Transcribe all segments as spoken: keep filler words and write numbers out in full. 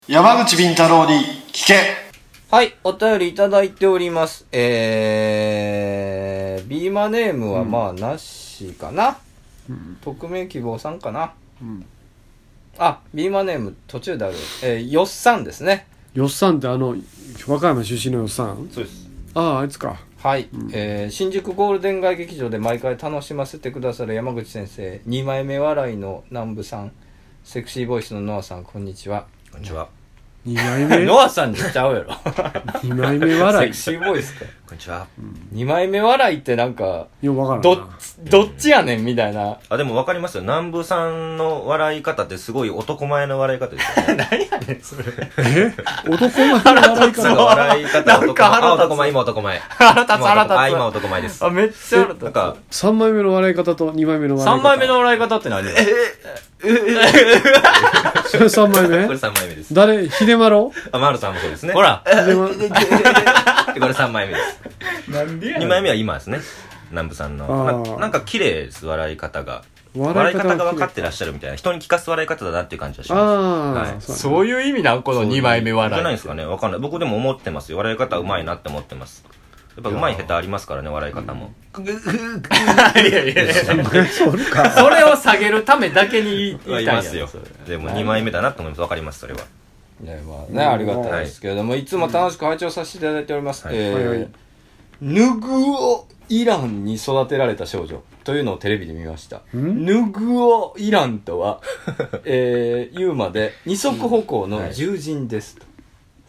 山口敏太郎に聞け。 はい、お便りいただいております。えー、ビーマネームはまあなしかな、うん、匿名希望さんかな、うん、あ、ビーマネーム途中である、えー、よっさんですね。 よっさんってあの和歌山出身のよっさん。 そうです。 ああ、あいつか。 はい、うん、えー、新宿ゴールデン街劇場で毎回楽しませてくださる山口先生、にまいめ笑いの南部さん、セクシーボイスのノアさん、こんにちは。 こんにちは。 にまいめノアさんにしちゃうやろにまいめ笑いセクシーボイスか。 こんにちは、 うん、にまいめ笑いってなんかよわからんな。 ど, どっちやねんみたいな。 あ、でも分かりますよ。南部さんの笑い方ってすごい男前の笑い方ですよね。 何やねんそれ。 え男前の笑い方。 笑い方なんか腹立つ。 男前、今男前。 腹立つ腹立つ。 あ、今男前です。 あ、めっちゃ腹立つ。 なんかさんまいめの笑い方とにまいめの笑い方。 さんまいめの笑い方って何？えええそれさんまいめ？ これさんまいめです。 誰？秀丸？ あ、丸さんもそうですね。 ほら。 秀丸。 これさんまいめです。 なんでやねん。 にまいめは今ですね。南部さんの。な, なんか綺麗です、笑い方が。笑い方が分かってらっしゃるみたいな、人に聞かす笑い方だなっていう感じはします。 あ、 はい、 そうそういう意味なんこのにまいめ笑い。 じゃないですかね。分かんない。僕でも思ってますよ。笑い方うまいなって思ってます。やっぱうまい下手ありますからね、笑い方も。 いやいやいやそれを下げるためだけに言いたいんですよ。 でもにまいめだなと思います。分かります、それは。 いや、まあね、ありがたいですけれども、いつも楽しく拝聴させていただいております。はい、えーはい、ヌグオイランに育てられた少女というのをテレビで見ました。ヌグオイランとは、えー、ユーマで二足歩行の獣人ですと、はい、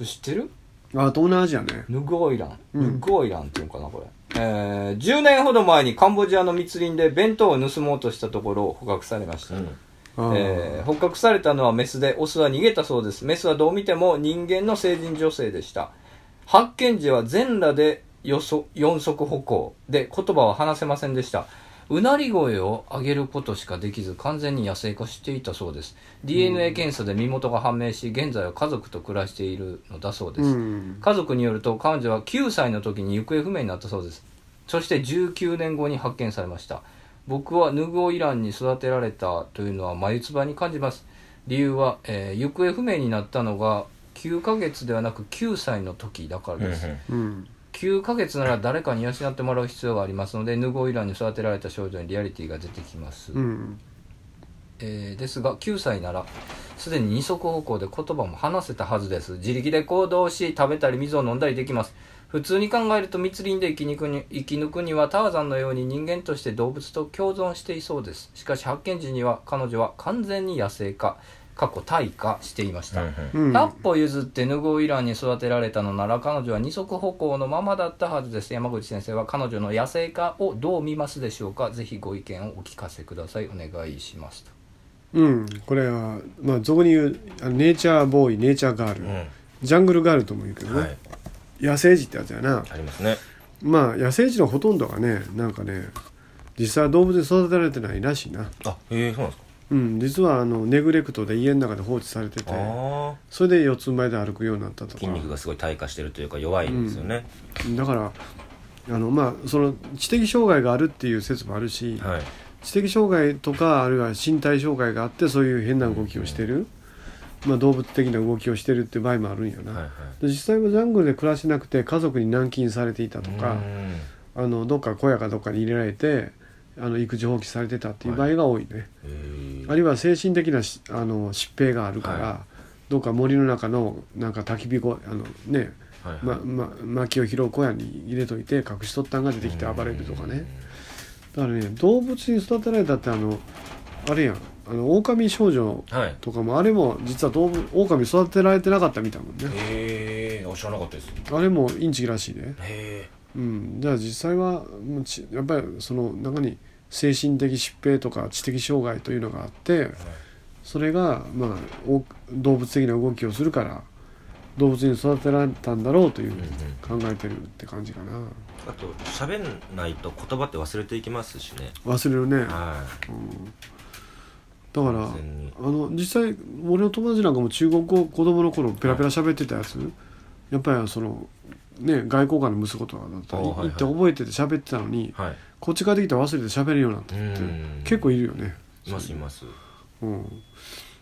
知ってる？ あ、東南アジアね。 ヌグオイラン、うん、ヌグオイランっていうのかなこれ。えー、じゅうねんほど前にカンボジアの密林で弁当を盗もうとしたところ捕獲されました。うん、えー、捕獲されたのはメスで、オスは逃げたそうです。メスはどう見ても人間の成人女性でした。発見時は全裸でよそ四足歩行で言葉は話せませんでした。うなり声を上げることしかできず完全に野生化していたそうです。 ディーエヌエー 検査で身元が判明し、現在は家族と暮らしているのだそうです。うん、家族によると彼女はきゅうさいの時に行方不明になったそうです。そしてじゅうきゅうねんごに発見されました。僕はヌグオイランに育てられたというのは眉唾に感じます。理由は、えー、行方不明になったのがきゅうかげつではなくきゅうさいの時だからです。うん、きゅうかげつなら誰かに養ってもらう必要がありますので、ヌグオイランに育てられた少女にリアリティが出てきます。うん、えー、ですがきゅうさいならすでに二足歩行で言葉も話せたはずです。自力で行動し食べたり水を飲んだりできます。普通に考えると密林で生き抜くに、生き抜くにはターザンのように人間として動物と共存していそうです。しかし発見時には彼女は完全に野生化、過去退化していました。うん、ひゃっぽ譲ってヌグオイランに育てられたのなら彼女は二足歩行のままだったはずです。山口先生は彼女の野生化をどう見ますでしょうか。ぜひご意見をお聞かせください。お願いしますと。 うん、これはまあ俗に言うネイチャーボーイ、ネイチャーガール、うん、ジャングルガールとも言うけどね、はい、野生児ってやつやな。 ありますね。 まあ野生児のほとんどがね、なんかね実際は動物に育てられてないらしいな。 あ、へえ、そうなんですか。 うん、実はあのネグレクトで家の中で放置されてて、それで四つん這いで歩くようになったとか。 筋肉がすごい退化してるというか弱いんですよね。 うん、だからあのまあその知的障害があるっていう説もあるし、はい、知的障害とかあるいは身体障害があってそういう変な動きをしてる、うんまあ、動物的な動きをしてるっていう場合もあるんやな。はいはい、で実際はジャングルで暮らしてなくて家族に軟禁されていたとか、あのどっか小屋かどっかに入れられてあの育児放棄されてたっていう場合が多いね。はい、あるいは精神的なあの疾病があるから、はい、どっか森の中のなんか焚き火小あのね、はいはいまま、薪を拾う小屋に入れといて隠しとったんが出てきて暴れるとかね。だからね動物に育てられたってあのあれやん、あの狼少女とかも、はい、あれも実は動物狼育てられてなかったみたいもんね。 へえ、知らなかったです。 あれもインチキらしいね。 へえ。 うん、じゃあ実際はやっぱりその中に精神的疾病とか知的障害というのがあって、はい、それがまあ動物的な動きをするから動物に育てられたんだろうという考えてるって感じかな。 あと喋んないと言葉って忘れていきますしね。 忘れるね。 はい。 うん、だからあの実際俺の友達なんかも中国語子供の頃ペラペラ喋ってたやつ、はい、やっぱりそのね外交官の息子とかだったら行って覚えてて喋ってたのに、はい、こっち帰ってきたら忘れて喋るようになったって結構いるよね。 いますいます。 うん。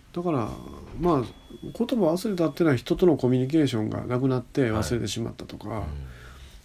だからまあ言葉忘れたっていうのは人とのコミュニケーションがなくなって忘れてしまったとか、はい、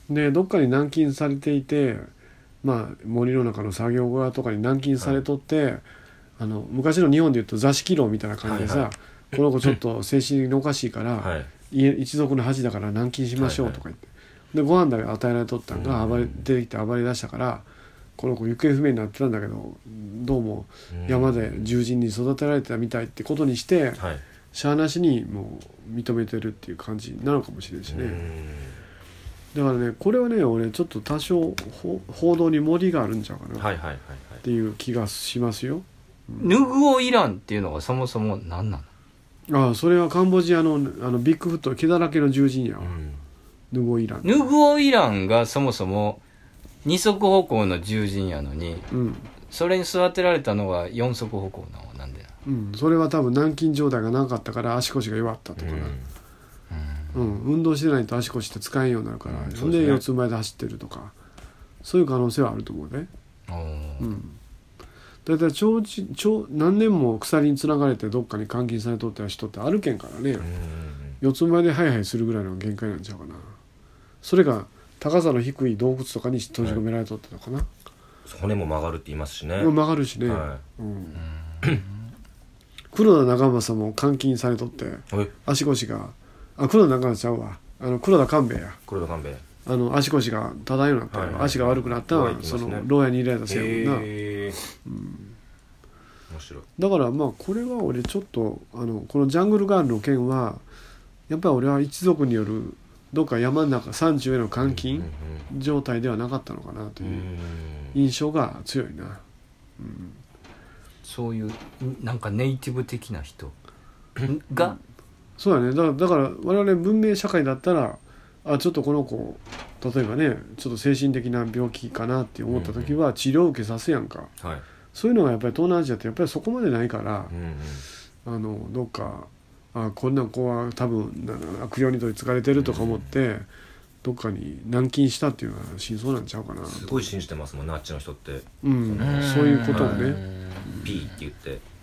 でどっかに軟禁されていて、まあ、森の中の作業小屋とかに軟禁されとって、はい、あの昔の日本でいうと座敷牢みたいな感じでさ、はいはい、この子ちょっと精神的におかしいから、はい、家一族の恥だから軟禁しましょうとか言って、はいはい、でご飯だけ与えられとったんが暴れ出てきて暴れ出したから、この子行方不明になってたんだけどどうも山で獣人に育てられてたみたいってことにして、はい、しゃあなしにもう認めてるっていう感じなのかもしれないしね。だからねこれはね俺ちょっと多少報道に盛りがあるんちゃうかなっていう気がしますよ。 ヌグオイランっていうのがそもそも何なの？ああそれはカンボジアの、あのビッグフット毛だらけの獣人やわ、うん、ヌグオイラン。 ヌグオイランがそもそも二足歩行の獣人やのに、うん、それに育てられたのが四足歩行なのはなんでな、 うん、それは多分軟禁状態がなかったから足腰が弱ったとかな、うんうん、運動してないと足腰って使えんようになるから、うん、そんで四つ前で走ってるとかそういう可能性はあると思うね。うん、だいたい長長何年も鎖につながれてどっかに監禁されとった人って歩けんからね、うん、四つ前でハイハイするぐらいの限界なんちゃうかな。それが高さの低い洞窟とかに閉じ込められとったのかな、はい、 骨も曲がるって言いますしね。 曲がるしね、はいうん、黒田長政も監禁されとって足腰があ黒田長政ちゃうわあの黒田官兵衛や黒田官兵衛あの足腰が多大になった、はいはい、足が悪くなったのは、ね、その牢屋に入れられたせいやもんな、えーうん、 面白い。 だからまあこれは俺ちょっとあのこのジャングルガールの件はやっぱり俺は一族によるどっか山の中山中への監禁状態ではなかったのかなという印象が強いな、うん、 そういうなんかネイティブ的な人が、うん、 そうだね。だから、だから我々文明社会だったらあちょっとこの子例えばねちょっと精神的な病気かなって思った時は治療を受けさせやんか、はい、そういうのがやっぱり東南アジアってやっぱりそこまでないから、うんうん、あのどっかあこんな子は多分悪霊に取りつかれてるとか思って、うん、どっかに軟禁したっていうのは真相なんちゃうかな。 すごい信じてますもんねあっちの人って、 うん、そういうことをね P って言って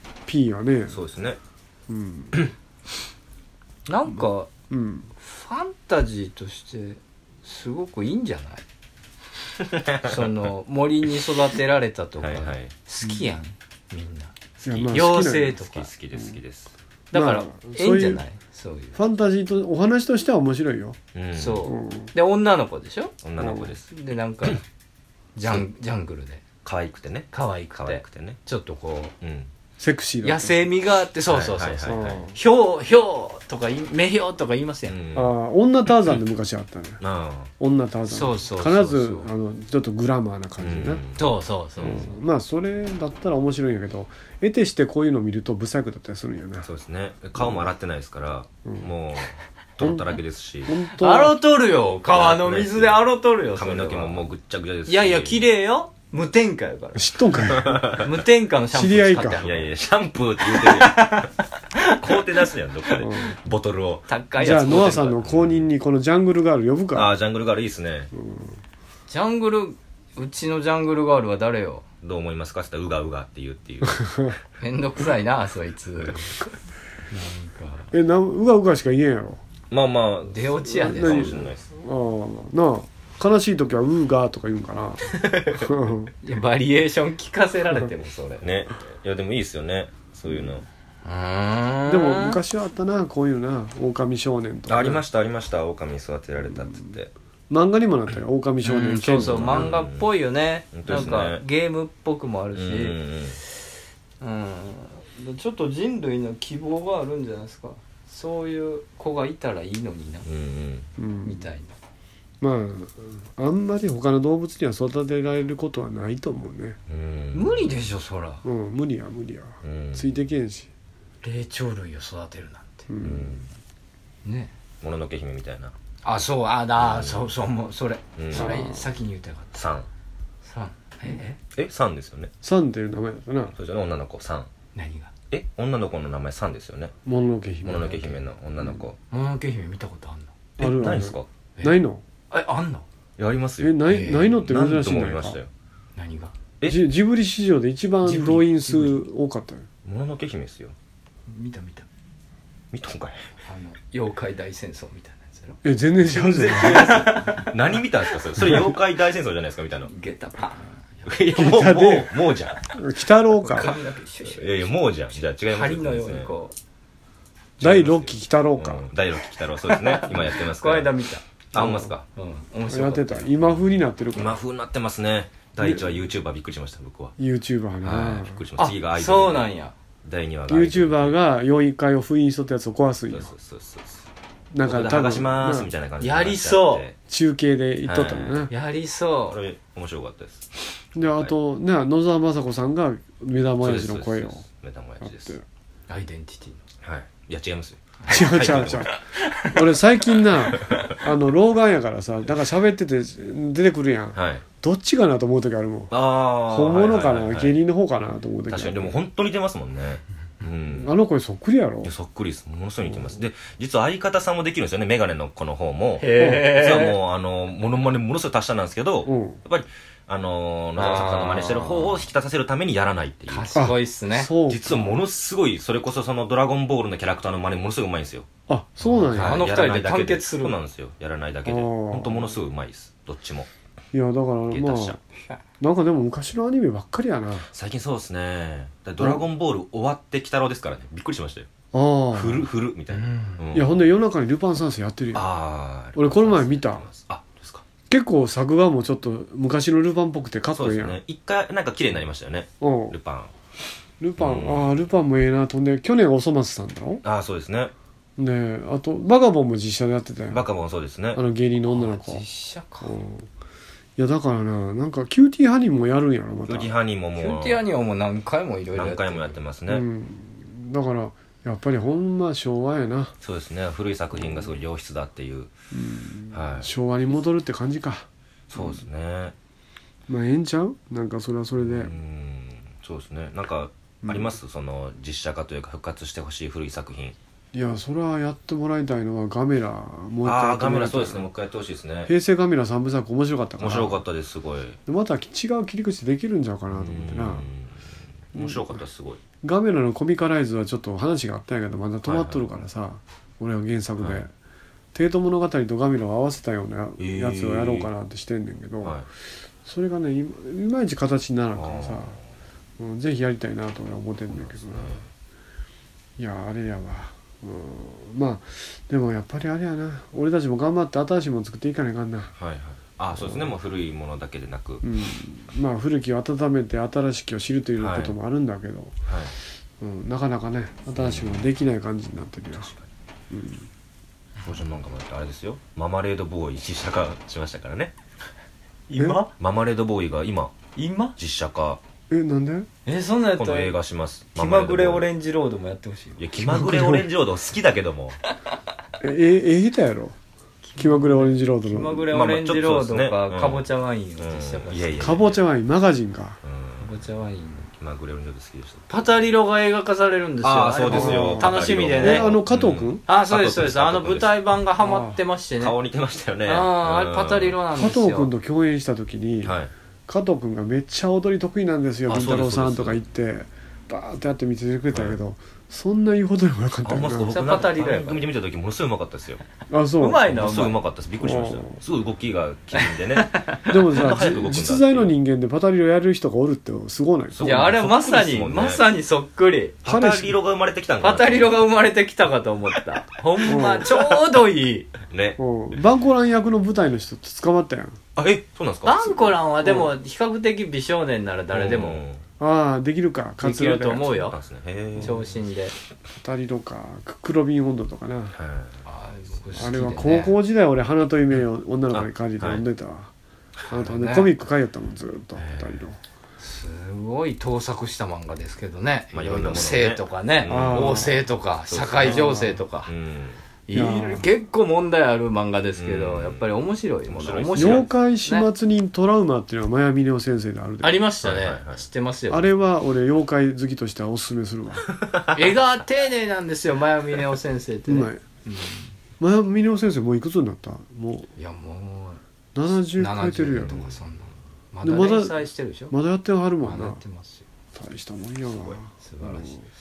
P はねそうですね、うん、 なんか、うん、ファンタジーとしてすごくいいんじゃないその森に育てられたとか、はいはい、好きやん、うん、みんな好き、まあ、妖精とか好きです好きです、 だから、まあ、ええんじゃない？そういうファンタジーとお話としては面白いよ、 うん、そう、うん、で女の子でしょ女の子です、 でなんかジャン、ジャングルで可愛くてね可愛くて可愛くてねちょっとこう、うん、 セクシーだ野生味があってそうそうそうそう、はいはいはい、ひょうひょうとか目ひょうとか言いますやん、 うん、あ女ターザンで昔あったね女ターザンそうそうそうそう必ずあのちょっとグラマーな感じでね、うん、 そうそうそう、 うん、まあそれだったら面白いんやけど得てしてこういうのを見るとブサイクだったりするんやな。 そうですね顔も洗ってないですから、うん、もうトロだらけですし洗とるよ川の水で洗とるよ髪の毛ももうぐっちゃぐちゃですしいやいや綺麗よ無添加やから知っとんかい無添加のシャンプー知り合いかいやいやシャンプーって言うてるやん買うて出すやんどっかで、うん、ボトルを高いやつじゃあノアさんの後任にこのジャングルガール呼ぶか。 ああジャングルガールいいっすね、うん、 ジャングルうちのジャングルガールは誰よどう思いますかって言ったらうがうがって言うっていうめんどくさいなそいつなんかえなうがうがしか言えんやろ。 まあまあ出落ちやでかもしれないです。 ああなあ悲しい時はうーがーとか言うんかないやバリエーション聞かせられてもそれねいやでもいいですよねそういうの。 あでも昔はあったなこういうな狼少年とか、ね、 ありましたありました狼育てられたって言って、 うん、漫画にもなったよ狼少年、 うん、そうそう漫画っぽいよね、うん、なんかゲームっぽくもあるし、うん、うん、ちょっと人類の希望があるんじゃないですかそういう子がいたらいいのにな、うんうん、みたいな。 まああんまり他の動物には育てられることはないと思うね。 うん無理でしょそら、 うん、無理や無理や、うん、ついてけんし霊長類を育てるなんて、うん、ねもののけ姫みたいなあそうあだ、うん、そうそうもうそれ、うん、それ先に言いたかったサンサンえええサンですよねサンっていう名前だったな。 そうですよね女の子サン何がえ女の子の名前サンですよねもののけ姫もののけ姫の女の子もののけ姫見たことあんのえあるないんですかないのえあんのやりますよえない、えー、ないのって珍しいんだよ。 何がえ ジ, ジブリ史上で一番動員数多かったよ。 もののけ姫ですよ。 見た見た見たんかい。 あの妖怪大戦争みたいなやつやろ。 え全然違うじゃん何見たんですかそれ。それ妖怪大戦争じゃないですか見たの。 ゲタパいやもうもうもうじゃん。 鬼太郎ーンか髪の毛シュシュいやいやもうじゃん。じゃあ違います。 針のようにこう第六期鬼太郎か、 うん第六期鬼太郎そうですね。今やってますこから。 の間見た。 あ、ほんまっすか。 うん面白やってかったた今風になってるから今風になってますね。だいいちわ YouTuber びっくりしました僕は。 YouTuber はな、 いびっくりしました。 あ次がアイドル。 そうなんや。 だいにわがアイドル。 YouTuber がよんいっかいを封印しとったやつを壊すんよそうそうそうそう。 なんか多ここで剥がします分みたいな感じでやりそう中継で言っとったのね、 やりそこれ面白かったです。 であとね野沢雅子さんが目玉親父の声をそうですそうです目玉親やって父です。 うアイデンティティはい。いや違いますよ。 違う違う違う俺最近なあの老眼やからさだから喋ってて出てくるやんはい。 どっちかなと思う時あるもんああ。 本物かな、 はいはいはいはい芸人の方かなと思う時ある確かにでも本当に似てますもんね。うん。 あの声そっくりやろいやそっくりです。ものすごい似てます。で、実は相方さんもできるんですよね。メガネの子の方も。 へ実はもう、あの、モノマネものすごい達者なんですけど、 うんやっぱり、あの、野沢さんの真似してる方を引き立たせるためにやらないっていう。 賢いっすね。 そう実はものすごい、それこそそのドラゴンボールのキャラクターの真似ものすごいうまいんですよ。 あそうなんや、 あの二人でやらないだけ完結するそうなんですよ。やらないだけで。 あー本当ものすごいうまいです。どっちも。 いやだからま芸達者。 あなんかでも昔のアニメばっかりやな最近そうですね。だドラゴンボール終わって鬼太郎ですからね。びっくりしましたよ。 ああフルフルみたいな。うんいやほんで夜中にルパン三世やってるよああ。 俺この前見たあ、ですか。 結構作画もちょっと昔のルパンっぽくてかっこいいやんそうですね。一回なんか綺麗になりましたよね。 うんルパン。 ルパン、 うんああルパンもええなとんで去年おそ松さんだろああ、そうですね。 であとバガボンも実写でやってたよバカボンそうですねあ。の芸人の女の子実写か。 うんいやだからななんかキューティーハニーもやるんやろまたキューティーハニーももうキューティーアニオも何回もいろいろ何回もやってますね。 うん、だからやっぱりほんま昭和やな、 そうですね。古い作品がすごい良質だっていう。はい。 昭和に戻るって感じかそうですね。 まあええんちゃうなんかそれはそれで、 うん。そうですね。なんかありますその実写化というか復活してほしい古い作品。 いやそれはやってもらいたいのはガメラもう一回ああ、 やってガメラもらいたいうそですね。もう一回やってほしいですね。 平成ガメラ三部作面白かったから面白かったですすごい。 でまた違う切り口できるんちゃうかなと思ってなうん面白かったですすごい。 ガメラのコミカライズはちょっと話があったんやけどまだ止まっとるからさ、俺は原作で、 はい帝都物語とガメラを合わせたようなえーやつをやろうかなってしてんねんけど、 はい。 それがねいいまいち形にならんからさあ、 うん、ぜひやりたいなと俺は思ってんだけどな、 そうですねいやあれやわ、うん、まあでもやっぱりあれやな俺たちも頑張って新しいもの作っていかないかんな、 はいはい。ああ、そうですね。もう古いものだけでなく。 うん、まあ古きを温めて新しきを知るということもあるんだけど、 はい。 うん、なかなかね新しいものできない感じになってるよ、 少女漫画もあれですよ。ママレードボーイ実写化しましたからね。 今ママレードボーイが今今実写化えなんでえそんなんやったらこの映画します。 気まぐれオンレンジロードもやってほしいよいや気まぐれオレンジロード好きだけどもえええ下手やろ気まぐれオレンジロード気まのぐれオレンジロードまあまあちょっとそうですねかかぼちゃワインを実写化してうんいやいやかぼちゃワインマガジンかうんかぼちゃワイン気まぐれオレンジロード好きでした。 パタリロが映画化されるんですよああそうですよ。 楽しみでえねあの加藤君、 うんあそうですそうです加藤君あの舞台版がハマってましてね顔似てましたよね。 あああれパタリロなん加ですよ藤君と共演した時に、 はい。 加藤君がめっちゃ踊り得意なんですよあ金太郎さんとそうですか言ってバーってやって見せてくれたけど、そんな言うほどでもなかったよあんま僕なそれなんかパタリロやから番組で見た時ものすごいうまかったですよ。 あそううまいなものすごいうまかったです。びっくりしましたよ。すごい動きが機敏でね。 でもさこんな早く動くんだっていう実在の人間でパタリロやる人がおるってすごないそういやあれはまさにそっくりですもんねまさにそっくりパタリロが生まれてきたんかな。 パタリロが生まれてきたかと思ったほんまちょうどいいね。 うんバンコラン役の舞台の人って捕まったやんあえそうなんですか。 バンコランはでも比較的美少年なら誰でもうんああできるかできると思うよそうなんですね。へえ。 長身でパタリロかククロビン温度とかなはいあ僕好きでねあれは高校時代俺花と夢を女の子に借りて読んでたわあなたねねコミック買いよったもんずっとパタリロすごい盗作した漫画ですけどね、 まあいろいろいろんなものね性とかねあー王政とかそうそう社会情勢とかうん。 いろいろ結構問題ある漫画ですけど、 うんやっぱり面白い面白い面白い妖怪始末人トラウマっていうのがマヤミネオ先生であるでありましたね、 はいはいはい知ってますよあれは俺妖怪好きとしてはおすすめするわ絵が丁寧なんですよマヤミネオ先生ってねうまいマヤミネオ先生もういくつになったもいやもうななじゅうう超えてるやななじゅうとろかそんなまでまだだ連載してるでしょまだやってはるもんなまだやってますよ大したもんやわ素晴らしいですね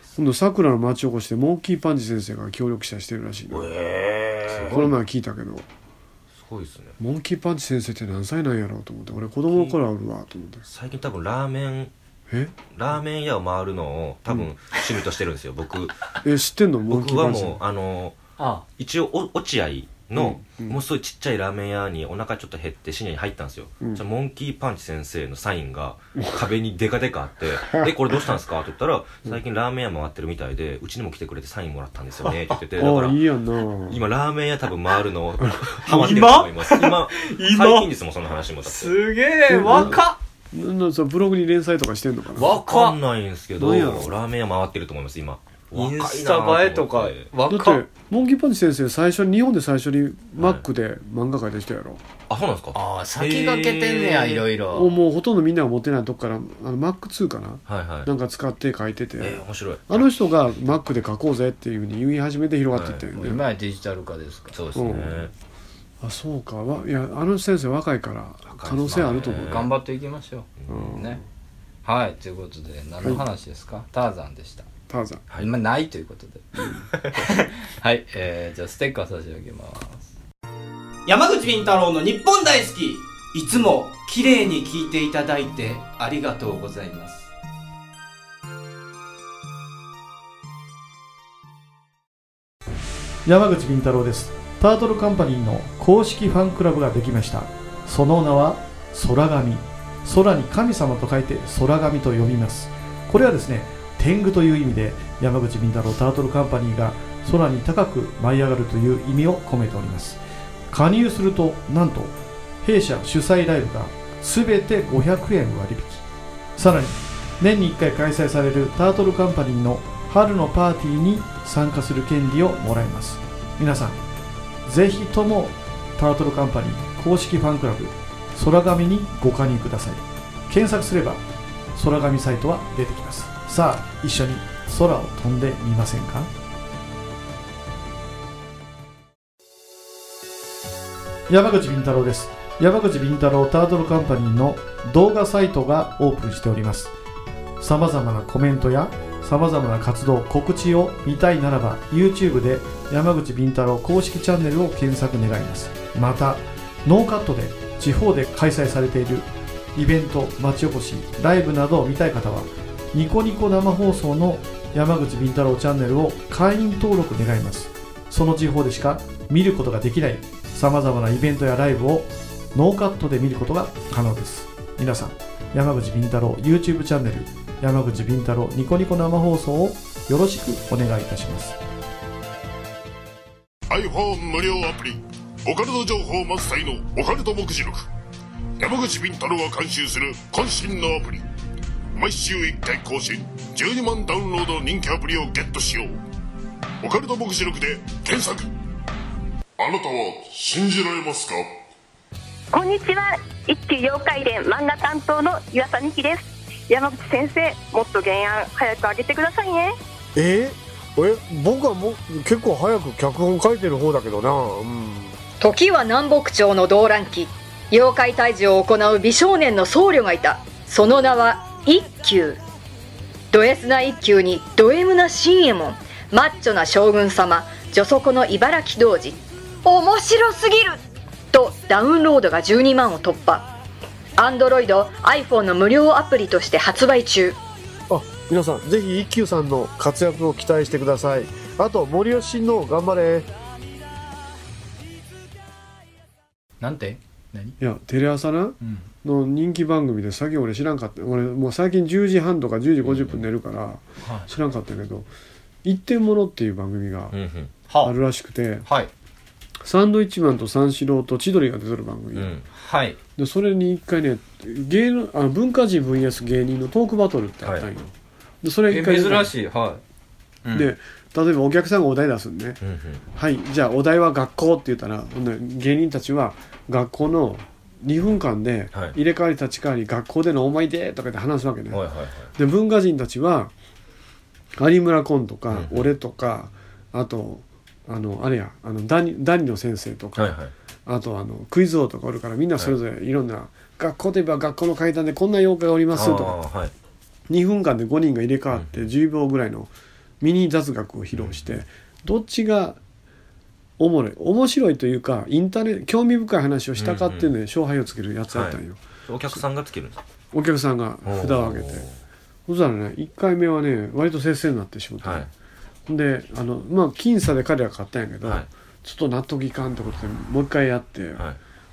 今度さくらの町おこしでモンキーパンチ先生が協力者してるらしいの、 えー、 この前聞いたけど、 すごいですね。 モンキーパンチ先生って何歳なんやろうと思って、俺子供の頃あるわと思って。 最近多分ラーメンえラーメン屋を回るのを多分趣味としてるんですよ、僕。 え知ってんの？モンキーパンチ。 僕はもうあのあ一応お落合の、 うんうんもうすごいちっちゃいラーメン屋にお腹ちょっと減って深夜に入ったんですよ、 うんじゃあモンキーパンチ先生のサインが壁にデカデカあって「えこれどうしたんですか?」って言ったら「最近ラーメン屋回ってるみたいでうちにも来てくれてサインもらったんですよね」って言ってて、だからあいいやんな。 今ラーメン屋多分回るのハマってると思います。今今最近ですもん、その話もだって。 すげえ若っなんなんそのブログに連載とかしてんのかな。 わかんないんですけど、ラ何やろーメン屋回ってると思います今。 インスタ映えとかだ若っってモンキーパンチ先生最初に日本で最初にマックで漫画描いた人やろ、 あ、そうなんですか。 ああ先駆けてんねや、いろいろ。 もうほとんどみんなが持ってないとこからあのマックツーかな、 はいはい。 なんか使って書いてて、 えー、面白い。 あの人がマックで書こうぜっていうふうに言い始めて広がっていったよね、 今やデジタル化ですから。 そうですね。 あそうかわいやあの先生若いから可能性あると思う、 若いですね頑張っていきましょう、 うんね。はいということで何の話ですか、ターザンでした。 ターザン。 はい、今ないということではい、えー、じゃあステッカー差し上げます。 山口敏太郎の日本大好き。いつも綺麗に聞いていただいてありがとうございます。 山口敏太郎です。タートルカンパニーの公式ファンクラブができました。その名は空神。空に神様と書いて空神と呼びます。これはですね、天狗という意味で山口敏太郎タートルカンパニーが空に高く舞い上がるという意味を込めております。加入するとなんと弊社主催ライブが全てごひゃくえん割引、さらに年にいっかい開催されるタートルカンパニーの春のパーティーに参加する権利をもらいます。皆さんぜひともタートルカンパニー公式ファンクラブ空神にご加入ください。検索すれば空神サイトは出てきます。さあ一緒に空を飛んでみませんか。山口敏太郎です。山口敏太郎タートルカンパニーの動画サイトがオープンしております。さまざまなコメントやさまざまな活動告知を見たいならば YouTube で山口敏太郎公式チャンネルを検索願います。またノーカットで地方で開催されているイベント、町おこし、ライブなどを見たい方はニコニコ生放送の山口敏太郎チャンネルを会員登録願います。その地方でしか見ることができないさまざまなイベントやライブをノーカットで見ることが可能です。皆さん山口敏太郎 YouTube チャンネル山口敏太郎ニコニコ生放送をよろしくお願いいたします。 iPhone 無料アプリオカルト情報満載のオカルト目次録。山口敏太郎が監修する渾身のアプリ。毎週いっかい更新じゅうにまんダウンロードの人気アプリをゲットしよう。オカルト目次録で検索。あなたは信じられますか？ こんにちは。一級妖怪伝漫画担当の岩佐美希です。山口先生、もっと原案早く上げてくださいね。 えー、え僕はもう結構早く脚本書いてる方だけどな、うん、 時は南北朝の動乱期、妖怪退治を行う美少年の僧侶がいた。その名は一休。ド S な一休にド M な新右衛門、マッチョな将軍様、女底の茨城童子。面白すぎるとダウンロードがじゅうにまんを突破。Android、iPhone の無料アプリとして発売中。 あ、皆さんぜひ一休さんの活躍を期待してください。あと森吉親王頑張れ。 なんて何？ いやテレ朝な、うん、の人気番組で最近俺知らんかった。俺もう最近じゅうじはんとかじゅうじごじゅっぷん寝るから知らんかったけど、一点物っていう番組があるらしくて、 はい、 サンドイッチマンと三四郎と千鳥が出てる番組、うん、 はい、 でそれに一回ね芸能あ文化人 ブイエス 芸人のトークバトルってあったんよ、はい、でそれ一回珍しい、はい、 うん、で例えばお客さんがお題出すんね、うんうん、はいじゃあお題は学校って言ったら芸人たちは学校のにふんかんで入れ替わり立ち替わり学校での思い出とかで話すわけね、はいはいはい、で文化人たちは有村昆とか、うん、俺とかあとあのあれやあのダニ、ダニの先生とか、はいはい、あとあのクイズ王とかおるからみんなそれぞれいろんな、はい、学校といえば学校の階段でこんな妖怪がおりますとか、はい、にふんかんでごにんが入れ替わってじゅうびょうぐらいのミニ雑学を披露して、うん、どっちがおもろい面白いというかインターネ興味深い話をしたかっていうので勝敗をつけるやつやったんよ、 はい、お客さんがつけるんですか？ お客さんが札を上げて、そしたらねいっかいめはね割と接戦になってしまって、はい、であのまあ僅差で彼ら勝ったんやけど、はい、ちょっと納得いかんってことでもう一回やって、はい、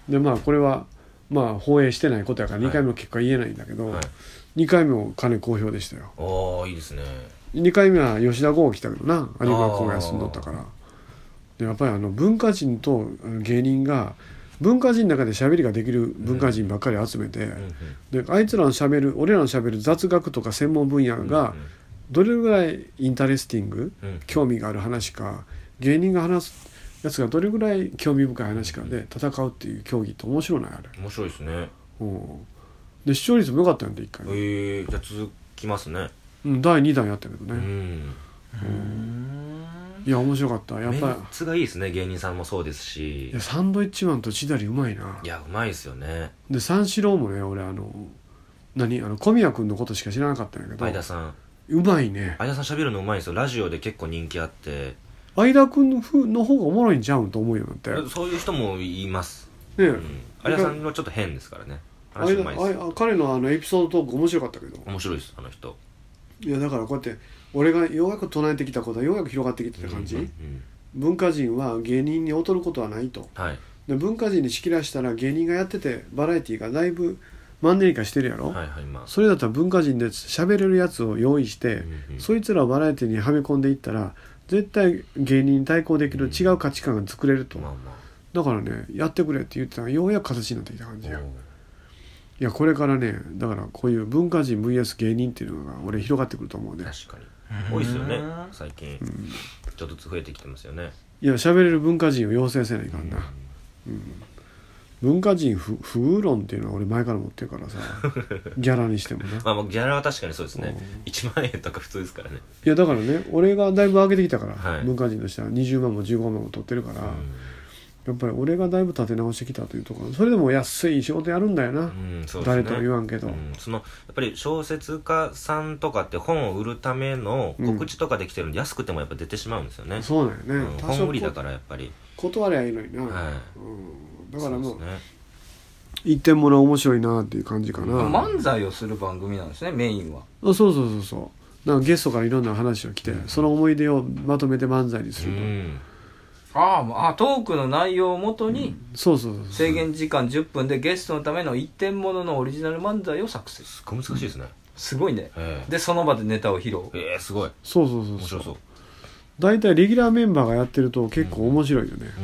でまあこれはまあ放映してないことやからにかいめの結果言えないんだけど、はい、にかいめもかなり好評でしたよ。 おーいいですね。 にかいめは吉田剛来たけどな、有馬君が休んどったから。でやっぱりあの文化人と芸人が文化人の中で喋りができる文化人ばっかり集めて、うん、であいつらの喋る俺らの喋る雑学とか専門分野がどれぐらいインタレスティング、うん、興味がある話か、芸人が話すやつがどれぐらい興味深い話かで戦うっていう競技って面白いないあれ。 面白いですね。 うん、で視聴率も良かったんでいっかいめ。 えー、じゃあ続きますね。 うん、だいにだんやったけどね。うん、 うんいや面白かった。やっぱりメンツがいいですね。芸人さんもそうですし、 いやサンドイッチマンと千鳥うまいな。 いやうまいですよね。 で三四郎もね俺あの何あの小宮君のことしか知らなかったんやけど相田さんうまいね。 相田さん喋るのうまいんですよ。ラジオで結構人気あって相田君の風の方がおもろいんちゃうんと思うようになって。 そういう人もいますね、うん、 相田さんはちょっと変ですからね。話うまいです。 彼のあのエピソードトーク面白かったけど。 面白いですあの人。 いやだからこうやって俺がようやく唱えてきたことはようやく広がってきたって感じ、うんうんうん、文化人は芸人に劣ることはないと、はい、で文化人に仕切らしたら芸人がやっててバラエティがだいぶマンネリ化してるやろ、はいはいまあ、それだったら文化人で喋れるやつを用意して、うんうん、そいつらをバラエティにはめ込んでいったら絶対芸人に対抗できる違う価値観が作れると、うんまあまあ、だからねやってくれって言ってたらようやく形になってきた感じや。いやこれからねだからこういう文化人 ブイエス 芸人っていうのが俺広がってくると思うね。 確かに多いですよね最近、うん、ちょっとずつ増えてきてますよね。 いや喋れる文化人を養成せないかんな、うんうん、文化人不遇論っていうのは俺前から持ってるからさギャラにしてもねまあまあギャラは確かにそうですね、いちまんえんとか普通ですからね。 いやだからね俺がだいぶ上げてきたから、はい、文化人としてはにじゅうまんもじゅうごまんも取ってるから、うんやっぱり俺がだいぶ立て直してきたというところ、それでも安い仕事やるんだよな、うんそうですね、誰とは言わんけど、うん、 そのやっぱり小説家さんとかって本を売るための告知とかできてるんで、うん、安くてもやっぱ出てしまうんですよね。 そうだよね、 うん、本売りだからやっぱり断りゃいいのにな、はいうん、だからもう、 ね、 一点物面白いなっていう感じかな。 漫才をする番組なんですねメインは。 あそうそうそうそうなんかゲストからいろんな話を来て、うん、その思い出をまとめて漫才にすると、うんああトークの内容をもとに制限時間じゅっぷんでゲストのための一点物のオリジナル漫才を作成。 すごい難しいですね、うん、 すごいね、えー、でその場でネタを披露。 えー、すごいそうそうそう面白そう。 大体レギュラーメンバーがやってると結構面白いよね、うん、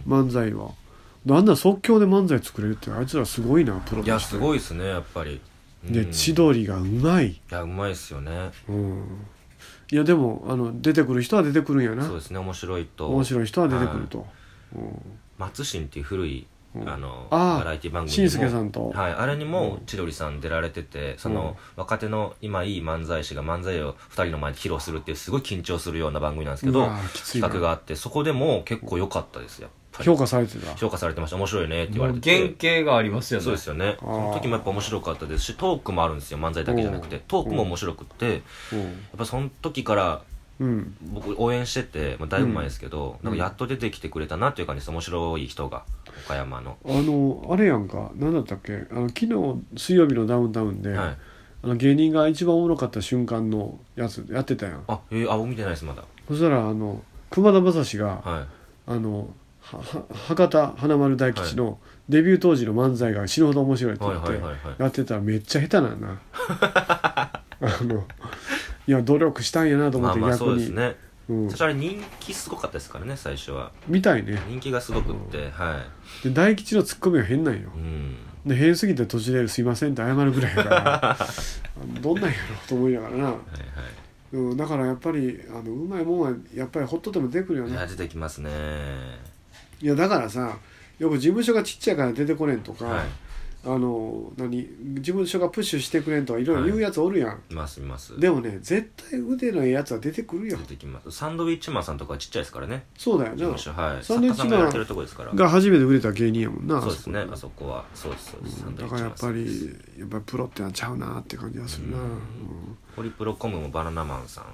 漫才はあんな即興で漫才作れるってあいつらすごいなプロとして。 いやすごいですねやっぱり、 うん、で千鳥がうまい。いやうまいですよね、 うんいやでもあの出てくる人は出てくるんやな。 そうですね面白いと面白い人は出てくると、 うん、松新っていう古い、うん、あのあバラエティ番組しんすけさんと、 はい、あれにも千鳥さん出られてて、その、うん、若手の今いい漫才師が漫才をふたりの前で披露するっていうすごい緊張するような番組なんですけど企画があってそこでも結構良かったですよ。 評価されてた評価されてました。面白いねって言われてて原型がありますよね。 そうですよね。その時もやっぱ面白かったですしトークもあるんですよ漫才だけじゃなくてトークも面白くってやっぱその時からうん、僕応援してて、まあ、だいぶ前ですけど、うん、なんかやっと出てきてくれたなっていう感じです。面白い人が岡山のあのあれやんか何だったっけあの昨日水曜日のダウンタウンで、はい、あの芸人が一番おもろかった瞬間のやつやってたやん。 あえー、あ僕見てないですまだ。 そしたらあの熊田正史が、はい、あのはは博多華丸大吉のデビュー当時の漫才が死ぬほど面白いって言ってやってたらめっちゃ下手なんなあのいや努力したんやなと思って、 まあまあ逆にそうですね、 うん、 最初あれ人気すごかったですからね最初は。 みたいね人気がすごくって、はい。 で大吉のツッコミが変なんよ、うん、で変すぎて途中ですいませんって謝るぐらいやからどんなんやろと思いながらな、はいはい、うん、だからやっぱりあのうまいもんはやっぱりほっとっても出てくるよね。 いや出てきますね。 いやだからさよく事務所がちっちゃいから出てこれんとか、はい、あの何事務所がプッシュしてくれんとかいろいろ言うやつおるやん、はい、 いますいます。 でもね絶対腕のええやつは出てくるよ。 出てきます。サンドウィッチマンさんとかはちっちゃいですからね。 そうだよな事務所、はい、 サンドウィッチマンが初めて売れた芸人やもんな。 そうですねあそこはそうですそうです、 うん、だからやっぱりやっぱりプロってのはちゃうなって感じがするな、うんうん、 ホリプロコムもバナナマンさん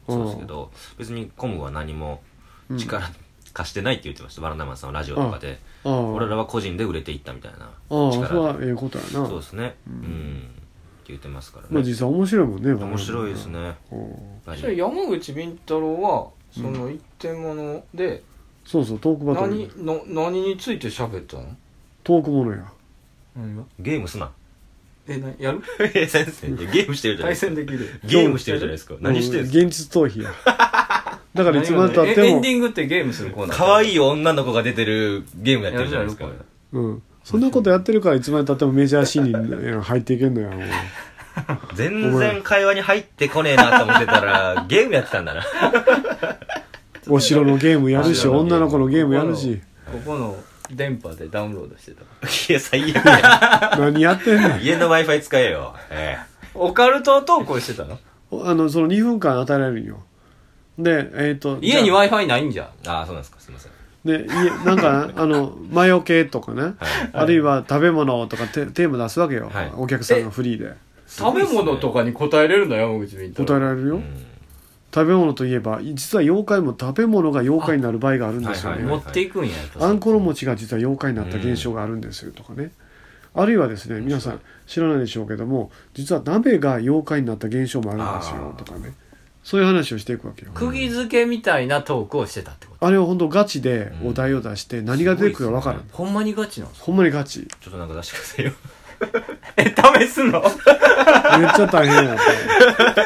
そうですけど、別にコムは何も力貸してないって言ってました、バナナマンさんのラジオとかで。俺らは個人で売れていったみたいな力で。ああ、それはええことやな。 そうですね。うん、って言ってますからね。 まあ実際面白いもんね。 面白いですね。 それ山口敏太郎はその一点物で、 そうそう、トークバトル。 何の何について喋ったの？ トークものや。 何が？ ゲームすな。 え、なやる？ え、先生、ゲームしてるじゃないですか。 対戦できる。 ゲームしてるじゃないですか。何してるんですか？ 現実逃避や。だからいつまでたってもエンディングってゲームするコーナー。 可愛い女の子が出てるゲームやってるじゃないですか。 うん。そんなことやってるからいつまでたってもメジャーシーンに入っていけんのや。 全然会話に入ってこねえなと思ってたらゲームやってたんだな。 お城のゲームやるし、女の子のゲームやるし。 ここの電波でダウンロードしてた。 いや、最悪や。 何やってんの？ 家の Wi-Fi 使えよ。ええ。オカルト投稿してたの？ あの、そのにふんかん与えられるんよ。で、えっと。 家に Wi-Fi ないんじゃん。 ああ、そうなんですか。すいません。 で、家、なんか、あの、魔除けとかね。はい、あるいは食べ物とかテテーマ出すわけよ。はい、お客さんがフリーで。 食べ物とかに答えれるの？山口敏太郎。 答えられるよ。食べ物といえば実は妖怪も食べ物が妖怪になる場合があるんですよね。 持っていくんや。 あんころ餅が実は妖怪になった現象があるんですよとかね。あるいはですね、皆さん知らないでしょうけども、実は鍋が妖怪になった現象もあるんですよとかね。そういう話をしていくわけよ。 釘付けみたいなトークをしてたってこと？ あれは本当ガチでお題を出して何が出てくるか分からん。 ほんまにガチなんですか？ ほんまにガチ。 ちょっとなんか出してくださいよ。 え、試すの？めっちゃ大変やった。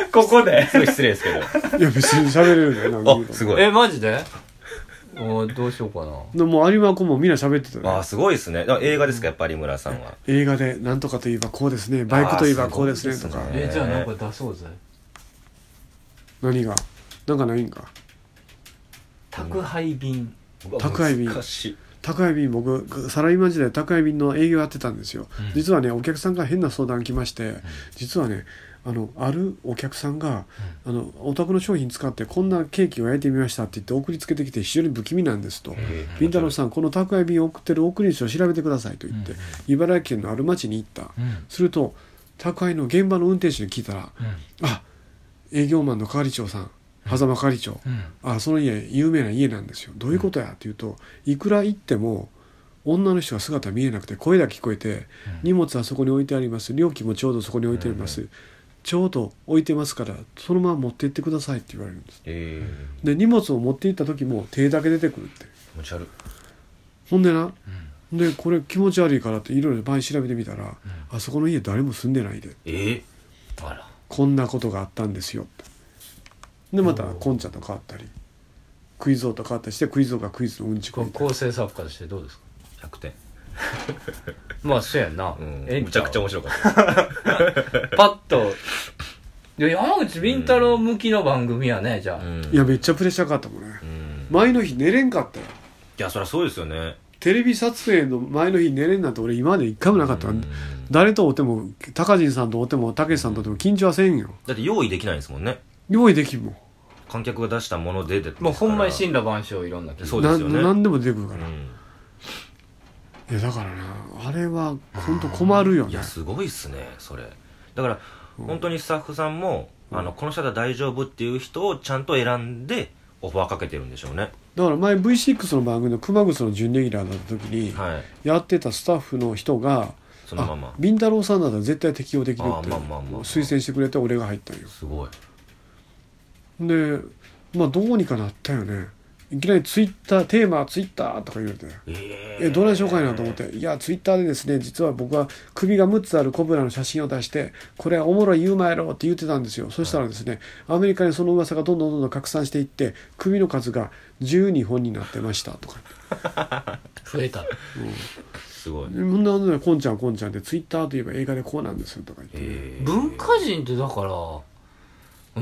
ここで？ すごい失礼ですけど。 いや別に喋れるんだよ。 なんか。あ、すごい。 え、マジで？おどうしようかな。 でも有馬子もみんな喋ってたね。 あ、すごいですね。映画ですか、やっぱり有村さんは。 映画でなんとかといえばこうですね、バイクといえばこうですねとか。 え、じゃあなんか出そうぜ。 何が？なんかないんか。 宅配便。 宅配便。宅配便、僕サラリーマン時代宅配便の営業やってたんですよ、うん、実はねお客さんから変な相談来まして、うん、実はねあのあるお客さんが、うん、あのお宅の商品使ってこんなケーキを焼いてみましたって言って送りつけてきて非常に不気味なんですと、ビンタロウさんこの宅配便を送ってる送り主を調べてくださいと言って、うん、茨城県のある町に行った、うん、すると宅配の現場の運転手に聞いたら、うん、あ営業マンの係長さん狭間係長、うん、あその家有名な家なんですよ。どういうことやって言うと、いくら行っても女の人が姿見えなくて声だけ聞こえて、うん、荷物はそこに置いてあります、料金もちょうどそこに置いてあります、うん、ちょうど置いてますからそのまま持って行ってくださいって言われるんです、えー、で荷物を持って行った時も手だけ出てくるって。 気持ち悪い。 ほんでな、うん、でこれ気持ち悪いからっていろいろ前調べてみたら、うん、あそこの家誰も住んでないで、 えー、あらこんなことがあったんですよって。でまたコンちゃんと変わったりクイズ王と変わったりして、クイズ王がクイズのうんちくみたいな。 構成作家としてどうですか？ ひゃくてん。 まあそうやんな、 うん、めちゃくちゃ面白かったパッといや山口敏太郎向きの番組やね、うん、じゃあ、うん、 いやめっちゃプレッシャーかかったもんね、うん、前の日寝れんかったよ。 いやそりゃそうですよね。 テレビ撮影の前の日寝れんなんて俺今まで一回もなかった、うん、誰と会っても高人さんと会ってもたけしさんと会っても緊張はせんよ。 だって用意できないんですもんね。 用意できるもん。 観客が出したもので出てもうほんまに神羅万象いろんなそうですよね。 何でも出てくるから、うん、いやだからなあれは本当困るよね。 いやすごいっすねそれ。だから、うん、本当にスタッフさんも、うん、あのこの人は大丈夫っていう人をちゃんと選んでオファーかけてるんでしょうね。 だから前 ブイシックス の番組の熊楠の準レギュラーだった時に、はい、やってたスタッフの人がそのままビンタロウさんだったら絶対適用できるって推薦してくれて俺が入ったんよ。 すごい。 でまあどうにかなったよね。いきなりツイッターテーマはツイッターとか言われて、えー、えどないしようかいなと思って、いやツイッターでですね実は僕は首がむっつあるコブラの写真を出してこれはおもろい言うまやろって言ってたんですよ。そしたらですねアメリカにその噂がどんどんどんどん拡散していって首の数がじゅうにほんになってましたとか増えた、うん、 すごい。 ほんなのこんちゃんこんちゃんでツイッターといえば映画でこうなんですとか言って、 えー、文化人ってだからうん、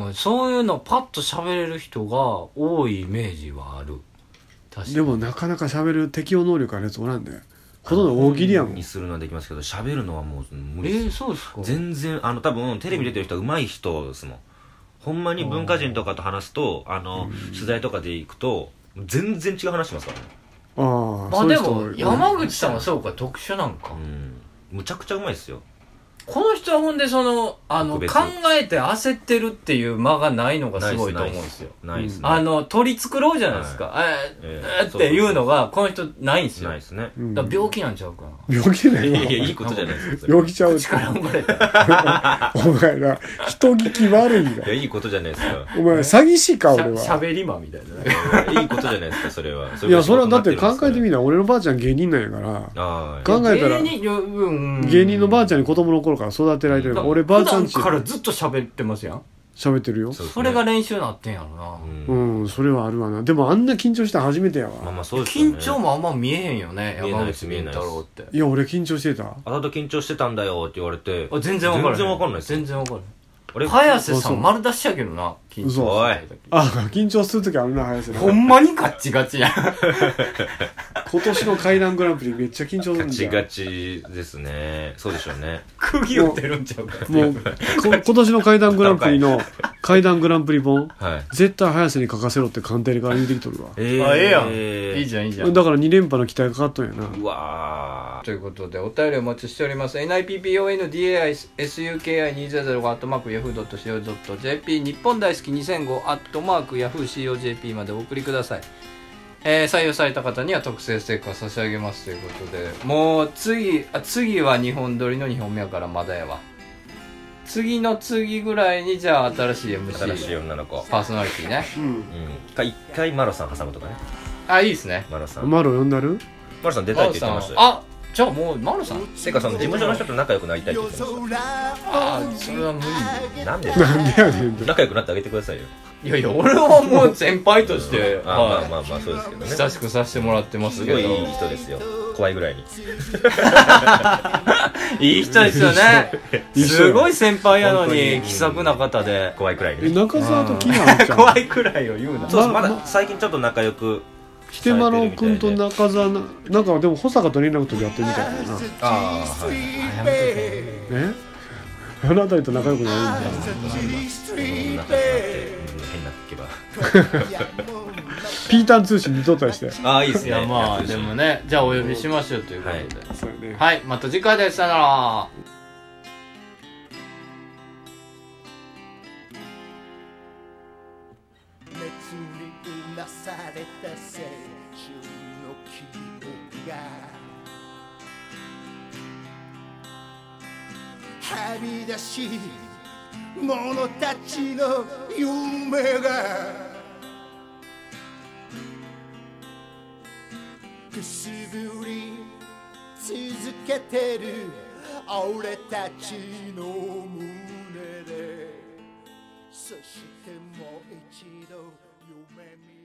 そういうのパッと喋れる人が多いイメージはある。 確かに。でもなかなか喋る適応能力あるやつおらんで、ほとんど大喜利やもん。 にするのはできますけど喋るのはもう無理です。 えー、そうですか。 全然あの多分テレビ出てる人は上手い人ですもん。ほんまに文化人とかと話すとあの取材とかで行くと全然違う話しますからね。 ああ、まあでも山口さんはそうか特殊なんか。 うん、むちゃくちゃうまいですよ。 この人はほんでそのあの考特別えて焦ってるっていう間がないのがすごいと思うんですよ。 ないですね。 あの取り繕うじゃないですか、 はいえーえーっていうのがこの人ないんですよ。 ないですね。 だから病気なんちゃうかな。 病気ないいやいや、 わいいことじゃないですか。 病気ちゃう力生まれた。 お前ら人聞き悪いいや、 わ。 いいことじゃないですか。 お前詐欺師か俺は。 しゃべり魔みたいなね。 いいことじゃないですか、それは。 いやそれはだって考えてみな。 な俺のばあちゃん芸人なんやからああ。 考えたら芸人うん芸人のばあちゃんに子供の頃から育てられてるから俺ばあちゃんち普段からずっと喋ってますやん。 喋ってるよ。 そうですねそれが練習になってんやろな。 うんそれはあるわな。でもあんな緊張したの初めてやわ。 まあまあそうですよね。 緊張もあんま見えへんよね、 見えない山です口敏太郎って。 いや俺緊張してた。 あなた緊張してたんだよって言われて。 あ全然わからない。 全然わかんないですよ。 全然わからない。 俺早瀬そうそうさん丸出しやけどな、緊張して嘘おいあ緊張するときあるな早瀬な。 ほんまにガッチガチやん。 今年の怪談グランプリめっちゃ緊張するガんじゃん。 チガチですね。そうでしょうね。 釘打ってるんちゃうか。 もうこ今年の怪談グランプリの怪談グランプリ本はい。 絶対早瀬に書かせろって官邸から言うてきとるわ。 えあ、ええやん。 えいいじゃん、いいじゃん。 だからに連覇の期待がかかっとんやな。 うわということで、お便りお待ちしております。エヌアイピーピーオーエヌディーエーアイエスユーケーアイにせんアットマークヤフードットシーオードットジェーピー 日本大好きにせんごアットマークヤフーシーオージェーピー までお送りください。えー、採用された方には特製ステッカー差し上げますということで、もう次、あ次はにほん撮りのにほんめやからまだやわ。次の次ぐらいにじゃあ新しい エムシー新しい女の子。 パーソナリティね。 うんうん。か一回マロさん挟むとかね。 あ、いいですね。 マロさん。 マロ呼んだる。 マロさん出たいって言ってましたよ。 あ、じゃあもうマルさん。 てかその事務所の人と仲良くなりたいって言ってましあー、それは無理。 た。なんでなんでやねん。 仲良くなってあげてくださいよ。 いやいや、俺はもう先輩として、 あまあはまあまあそうですけどい、 ね。 親しくさせてもらってますけど。 すごいいい人ですよ。怖いぐらいに。 いい人ですよね。 いい人すごい先輩やのに本当に気さくな方で。 え怖いくらいに。 中澤とキーハンちゃん。 怖いくらいを言うな。 そうです。ままだ最近ちょっと仲良く。 ひてまろくんと中澤ななんかでも保坂と連絡取り合ってるみたいだな。 ああはい。 えあのあたりと仲良くなるんだ。 仲良くなって変なってけば。 ピータン通信見とったりして。 ああいいですね。 いやまあでもね、じゃあお呼びしましょうということで。 そうやね。 はい、また次回です。さよなら。 熱にうなされた青春の記憶がはみ出し者たちの夢がくすぶり続けてる俺たちの胸でそしてもう一度夢見